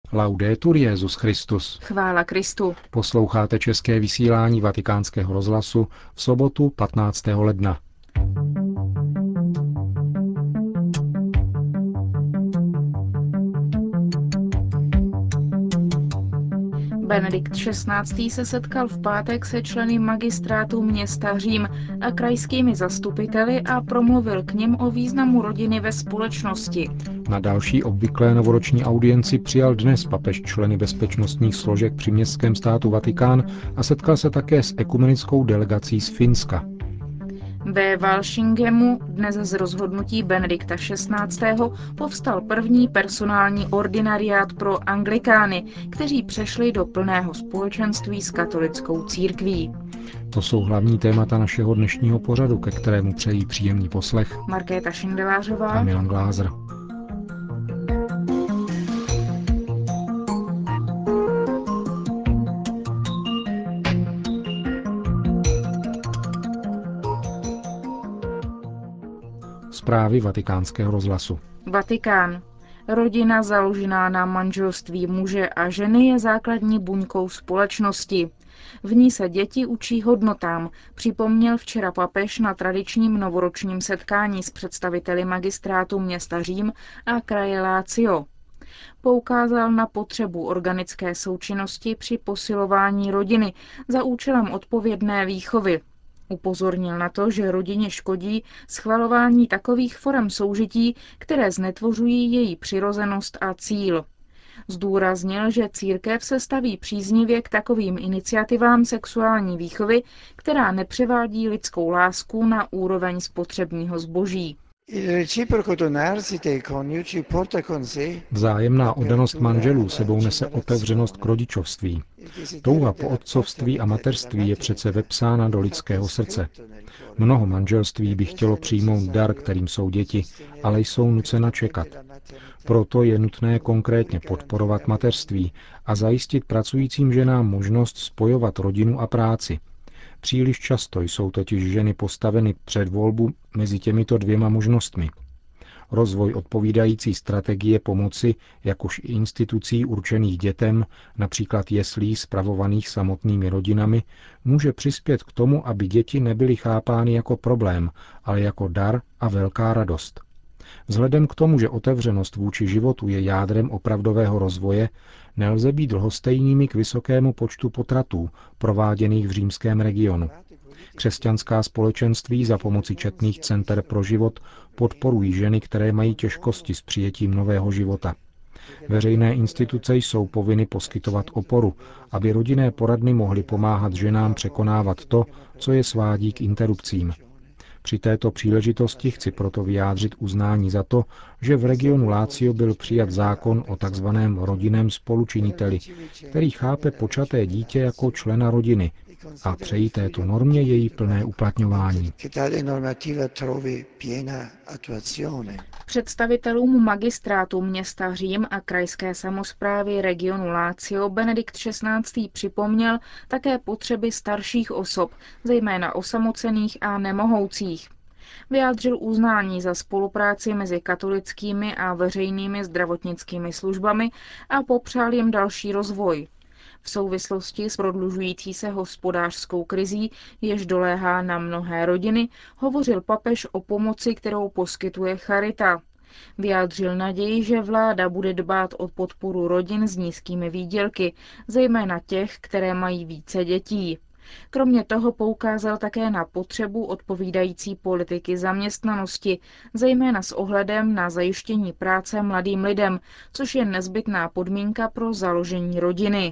Laudetur Jesus Christus. Chvála Kristu. Posloucháte české vysílání Vatikánského rozhlasu v sobotu 15. ledna. Benedikt XVI. Se setkal v pátek se členy magistrátu města Řím a krajskými zastupiteli a promluvil k nim o významu rodiny ve společnosti. Na další obvyklé novoroční audienci přijal dnes papež členy bezpečnostních složek při městském státu Vatikán a setkal se také s ekumenickou delegací z Finska. Ve Walsingemu dnes z rozhodnutí Benedikta XVI. Povstal první personální ordinariát pro anglikány, kteří přešli do plného společenství s katolickou církví. To jsou hlavní témata našeho dnešního pořadu, ke kterému přejí příjemný poslech Markéta Šindelářová a Milan Glázer. Zprávy Vatikánského rozhlasu. Vatikán. Rodina založená na manželství muže a ženy je základní buňkou společnosti. V ní se děti učí hodnotám, připomněl včera papež na tradičním novoročním setkání s představiteli magistrátu města Řím a kraje Lazio. Poukázal na potřebu organické součinnosti při posilování rodiny za účelem odpovědné výchovy. Upozornil na to, že rodině škodí schvalování takových forem soužití, které znetvořují její přirozenost a cíl. Zdůraznil, že církev se staví příznivě k takovým iniciativám sexuální výchovy, která nepřevádí lidskou lásku na úroveň spotřebního zboží. Vzájemná oddanost manželů sebou nese otevřenost k rodičovství. Touha po otcovství a mateřství je přece vepsána do lidského srdce. Mnoho manželství by chtělo přijmout dar, kterým jsou děti, ale jsou nucena čekat. Proto je nutné konkrétně podporovat mateřství a zajistit pracujícím ženám možnost spojovat rodinu a práci. Příliš často jsou totiž ženy postaveny před volbu mezi těmito dvěma možnostmi. Rozvoj odpovídající strategie pomoci, jakož i institucí určených dětem, například jeslí spravovaných samotnými rodinami, může přispět k tomu, aby děti nebyly chápány jako problém, ale jako dar a velká radost. Vzhledem k tomu, že otevřenost vůči životu je jádrem opravdového rozvoje, nelze být lhostejnými k vysokému počtu potratů prováděných v římském regionu. Křesťanská společenství za pomoci četných center pro život podporují ženy, které mají těžkosti s přijetím nového života. Veřejné instituce jsou povinny poskytovat oporu, aby rodinné poradny mohly pomáhat ženám překonávat to, co je svádí k interrupcím. Při této příležitosti chci proto vyjádřit uznání za to, že v regionu Lazio byl přijat zákon o tzv. Rodinném spolučiniteli, který chápe počaté dítě jako člena rodiny a přejí této normě její plné uplatňování. Představitelům magistrátu města Řím a krajské samosprávy regionu Lazio Benedikt XVI. Připomněl také potřeby starších osob, zejména osamocených a nemohoucích. Vyjádřil uznání za spolupráci mezi katolickými a veřejnými zdravotnickými službami a popřál jim další rozvoj. V souvislosti s prodlužující se hospodářskou krizí, jež doléhá na mnohé rodiny, hovořil papež o pomoci, kterou poskytuje charita. Vyjádřil naději, že vláda bude dbát o podporu rodin s nízkými výdělky, zejména těch, které mají více dětí. Kromě toho poukázal také na potřebu odpovídající politiky zaměstnanosti, zejména s ohledem na zajištění práce mladým lidem, což je nezbytná podmínka pro založení rodiny.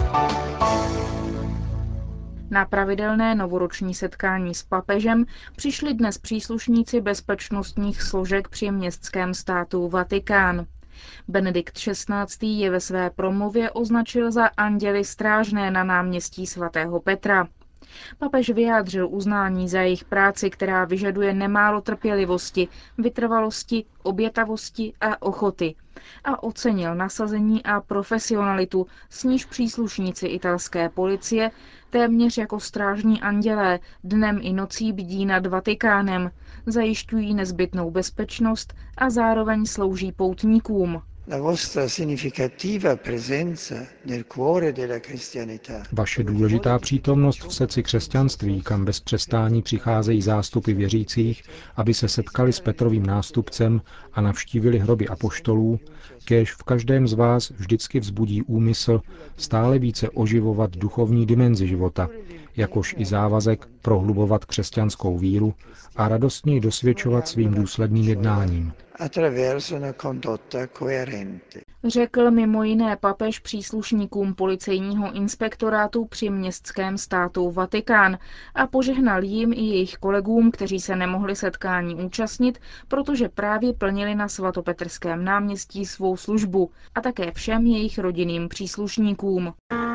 Na pravidelné novoroční setkání s papežem přišli dnes příslušníci bezpečnostních složek při městském státu Vatikán. Benedikt XVI. Je ve své promluvě označil za anděly strážné na náměstí svatého Petra. Papež vyjádřil uznání za jejich práci, která vyžaduje nemálo trpělivosti, vytrvalosti, obětavosti a ochoty. A ocenil nasazení a profesionalitu, s níž příslušníci italské policie, téměř jako strážní andělé, dnem i nocí bdí nad Vatikánem, zajišťují nezbytnou bezpečnost a zároveň slouží poutníkům. Vaše důležitá přítomnost v srdci křesťanství, kam bez přestání přicházejí zástupy věřících, aby se setkali s Petrovým nástupcem a navštívili hroby apoštolů, kéž v každém z vás vždycky vzbudí úmysl stále více oživovat duchovní dimenzi života, jakož i závazek prohlubovat křesťanskou víru a radostněji dosvědčovat svým důsledným jednáním. Řekl mimo jiné papež příslušníkům policejního inspektorátu při městském státu Vatikán a požehnal jim i jejich kolegům, kteří se nemohli setkání účastnit, protože právě plnili na svatopetrském náměstí svou službu, a také všem jejich rodinným příslušníkům.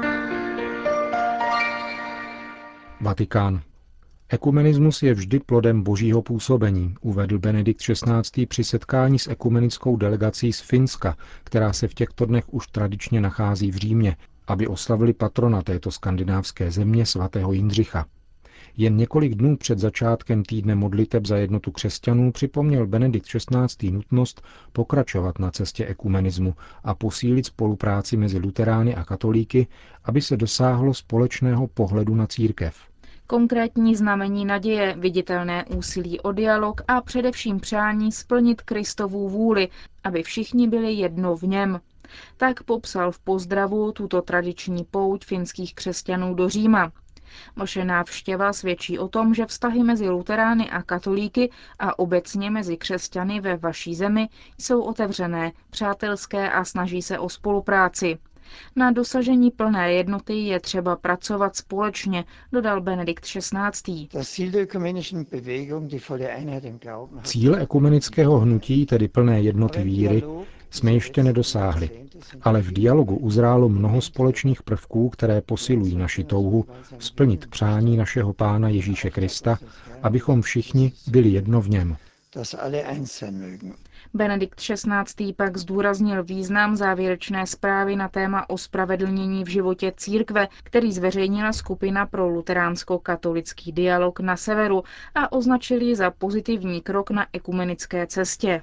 Vatikán. Ekumenismus je vždy plodem božího působení, uvedl Benedikt XVI. Při setkání s ekumenickou delegací z Finska, která se v těchto dnech už tradičně nachází v Římě, aby oslavili patrona této skandinávské země svatého Jindřicha. Jen několik dnů před začátkem týdne modliteb za jednotu křesťanů připomněl Benedikt XVI. Nutnost pokračovat na cestě ekumenismu a posílit spolupráci mezi luterány a katolíky, aby se dosáhlo společného pohledu na církev. Konkrétní znamení naděje, viditelné úsilí o dialog a především přání splnit Kristovu vůli, aby všichni byli jedno v něm. Tak popsal v pozdravu tuto tradiční pouť finských křesťanů do Říma. Vaše návštěva svědčí o tom, že vztahy mezi luterány a katolíky a obecně mezi křesťany ve vaší zemi jsou otevřené, přátelské a snaží se o spolupráci. Na dosažení plné jednoty je třeba pracovat společně, dodal Benedikt XVI. Cíle ekumenického hnutí, tedy plné jednoty víry, jsme ještě nedosáhli, ale v dialogu uzrálo mnoho společných prvků, které posilují naši touhu splnit přání našeho Pána Ježíše Krista, abychom všichni byli jedno v něm. Benedikt XVI. Pak zdůraznil význam závěrečné zprávy na téma ospravedlnění v životě církve, který zveřejnila skupina pro luteránsko-katolický dialog na severu a označil ji za pozitivní krok na ekumenické cestě.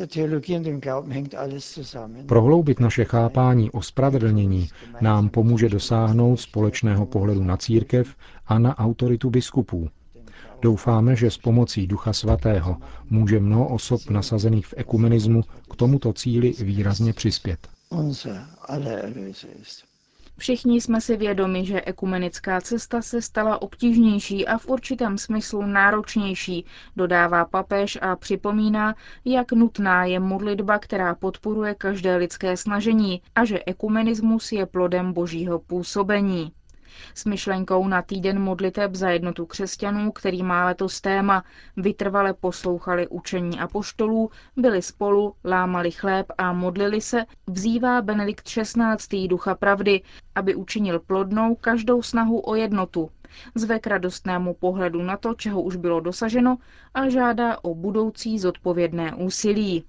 Prohloubit naše chápání ospravedlnění nám pomůže dosáhnout společného pohledu na církev a na autoritu biskupů. Doufáme, že s pomocí Ducha Svatého může mnoho osob nasazených v ekumenismu k tomuto cíli výrazně přispět. Všichni jsme si vědomi, že ekumenická cesta se stala obtížnější a v určitém smyslu náročnější, dodává papež a připomíná, jak nutná je modlitba, která podporuje každé lidské snažení a že ekumenismus je plodem božího působení. S myšlenkou na týden modliteb za jednotu křesťanů, který má letos téma Vytrvale poslouchali učení apoštolů, byli spolu, lámali chléb a modlili se, vzývá Benedikt XVI. Ducha pravdy, aby učinil plodnou každou snahu o jednotu. Zve k radostnému pohledu na to, čeho už bylo dosaženo, a žádá o budoucí zodpovědné úsilí.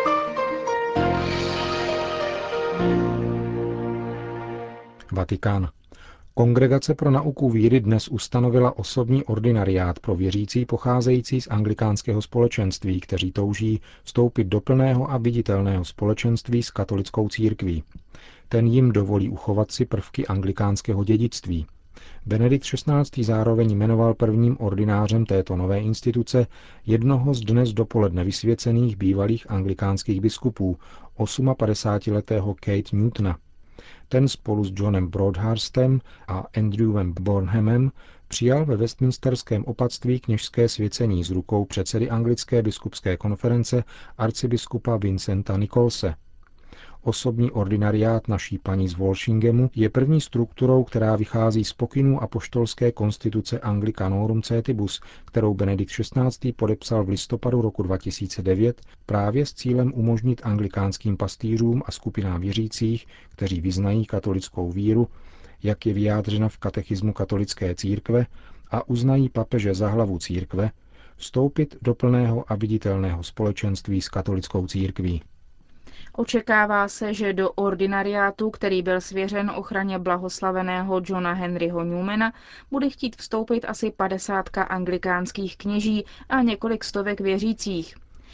Vatikán. Kongregace pro nauku víry dnes ustanovila osobní ordinariát pro věřící pocházející z anglikánského společenství, kteří touží vstoupit do plného a viditelného společenství s katolickou církví. Ten jim dovolí uchovat si prvky anglikánského dědictví. Benedikt XVI. Zároveň jmenoval prvním ordinářem této nové instituce jednoho z dnes dopoledne vysvěcených bývalých anglikánských biskupů, 58letého Kate Newtona. Ten spolu s Johnem Broadhurstem a Andrewem Bornhamem přijal ve Westminsterském opatství kněžské svěcení z rukou předsedy anglické biskupské konference arcibiskupa Vincenta Nicholse. Osobní ordinariát naší paní z Walshinghemu je první strukturou, která vychází z pokynů apoštolské konstituce Anglicanorum Cetibus, kterou Benedikt XVI. Podepsal v listopadu roku 2009 právě s cílem umožnit anglikánským pastýřům a skupinám věřících, kteří vyznají katolickou víru, jak je vyjádřena v katechismu katolické církve a uznají papeže za hlavu církve, vstoupit do plného a viditelného společenství s katolickou církví. Očekává se, že do ordinariátu, který byl svěřen ochraně blahoslaveného Johna Henryho Newmana, bude chtít vstoupit asi 50 anglikánských kněží a několik stovek věřících.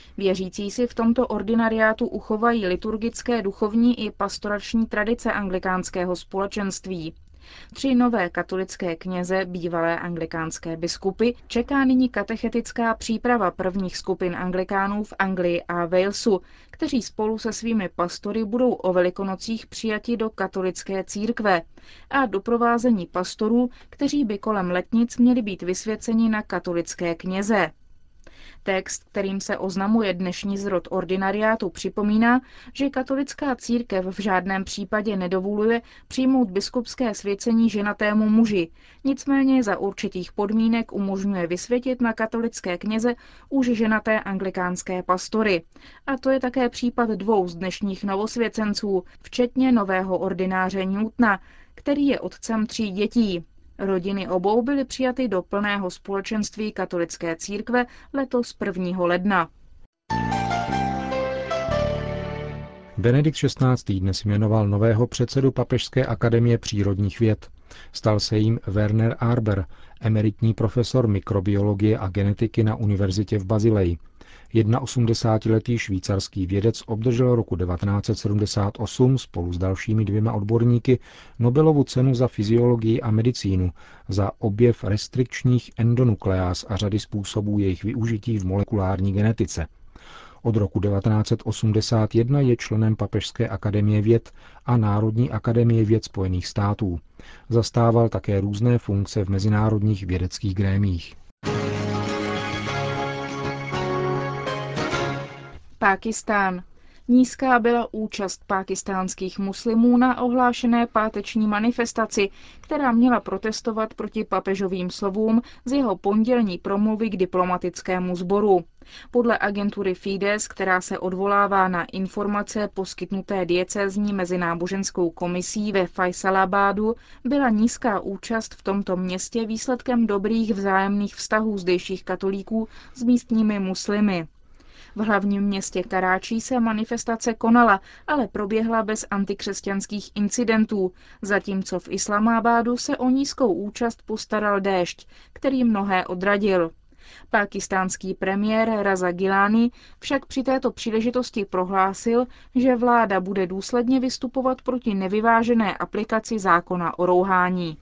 Věřící si v tomto ordinariátu uchovají liturgické, duchovní i pastorační tradice anglikánského společenství. 3 nové katolické kněze, bývalé anglikánské biskupy, čeká nyní katechetická příprava prvních skupin anglikánů v Anglii a Walesu, kteří spolu se svými pastory budou o Velikonocích přijati do katolické církve a doprovázení pastorů, kteří by kolem letnic měli být vysvěceni na katolické kněze. Text, kterým se oznamuje dnešní zrod ordinariátu, připomíná, že katolická církev v žádném případě nedovoluje přijmout biskupské svěcení ženatému muži, nicméně za určitých podmínek umožňuje vysvětit na katolické kněze už ženaté anglikánské pastory. A to je také případ 2 z dnešních novosvěcenců, včetně nového ordináře Newtona, který je otcem 3 dětí. Rodiny obou byly přijaty do plného společenství katolické církve letos 1. ledna. Benedikt XVI. Dnes jmenoval nového předsedu Papežské akademie přírodních věd. Stal se jim Werner Arber, emeritní profesor mikrobiologie a genetiky na univerzitě v Basileji. 81letý švýcarský vědec obdržel roku 1978 spolu s dalšími 2 odborníky Nobelovu cenu za fyziologii a medicínu za objev restrikčních endonukleáz a řady způsobů jejich využití v molekulární genetice. Od roku 1981 je členem Papežské akademie věd a Národní akademie věd Spojených států. Zastával také různé funkce v mezinárodních vědeckých grémiích. Pákistán. Nízká byla účast pákistánských muslimů na ohlášené páteční manifestaci, která měla protestovat proti papežovým slovům z jeho pondělní promluvy k diplomatickému sboru. Podle agentury Fides, která se odvolává na informace poskytnuté diecézní mezináboženskou komisí ve Faisalabadu, byla nízká účast v tomto městě výsledkem dobrých vzájemných vztahů zdejších katolíků s místními muslimy. V hlavním městě Karáčí se manifestace konala, ale proběhla bez antikřesťanských incidentů, zatímco v Islamabádu se o nízkou účast postaral déšť, který mnohé odradil. Pákistánský premiér Raza Gilani však při této příležitosti prohlásil, že vláda bude důsledně vystupovat proti nevyvážené aplikaci zákona o rouhání.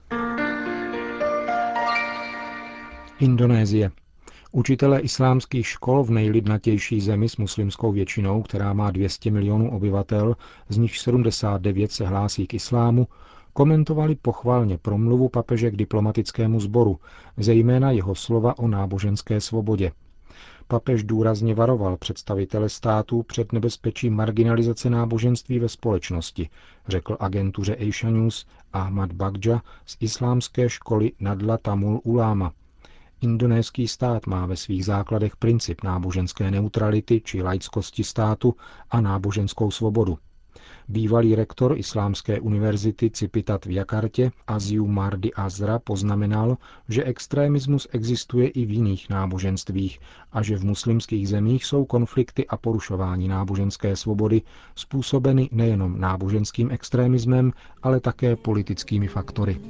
Indonésie. Učitelé islámských škol v nejlidnatější zemi s muslimskou většinou, která má 200 milionů obyvatel, z nich 79 se hlásí k islámu, komentovali pochvalně promluvu papeže k diplomatickému sboru, zejména jeho slova o náboženské svobodě. Papež důrazně varoval představitele států před nebezpečím marginalizace náboženství ve společnosti, řekl agentuře Asia News Ahmad Bagja z islámské školy Nadla Tamul Ulama. Indonéský stát má ve svých základech princip náboženské neutrality či laickosti státu a náboženskou svobodu. Bývalý rektor Islámské univerzity Cipitat v Jakartě Aziu Mardi Azra poznamenal, že extrémismus existuje i v jiných náboženstvích a že v muslimských zemích jsou konflikty a porušování náboženské svobody způsobeny nejenom náboženským extrémismem, ale také politickými faktory.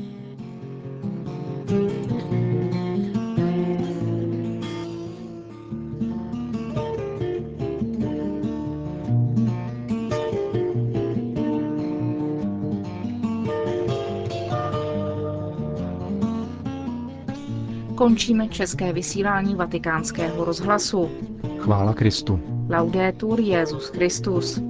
Končíme české vysílání Vatikánského rozhlasu. Chvála Kristu. Laudetur Jesus Christus.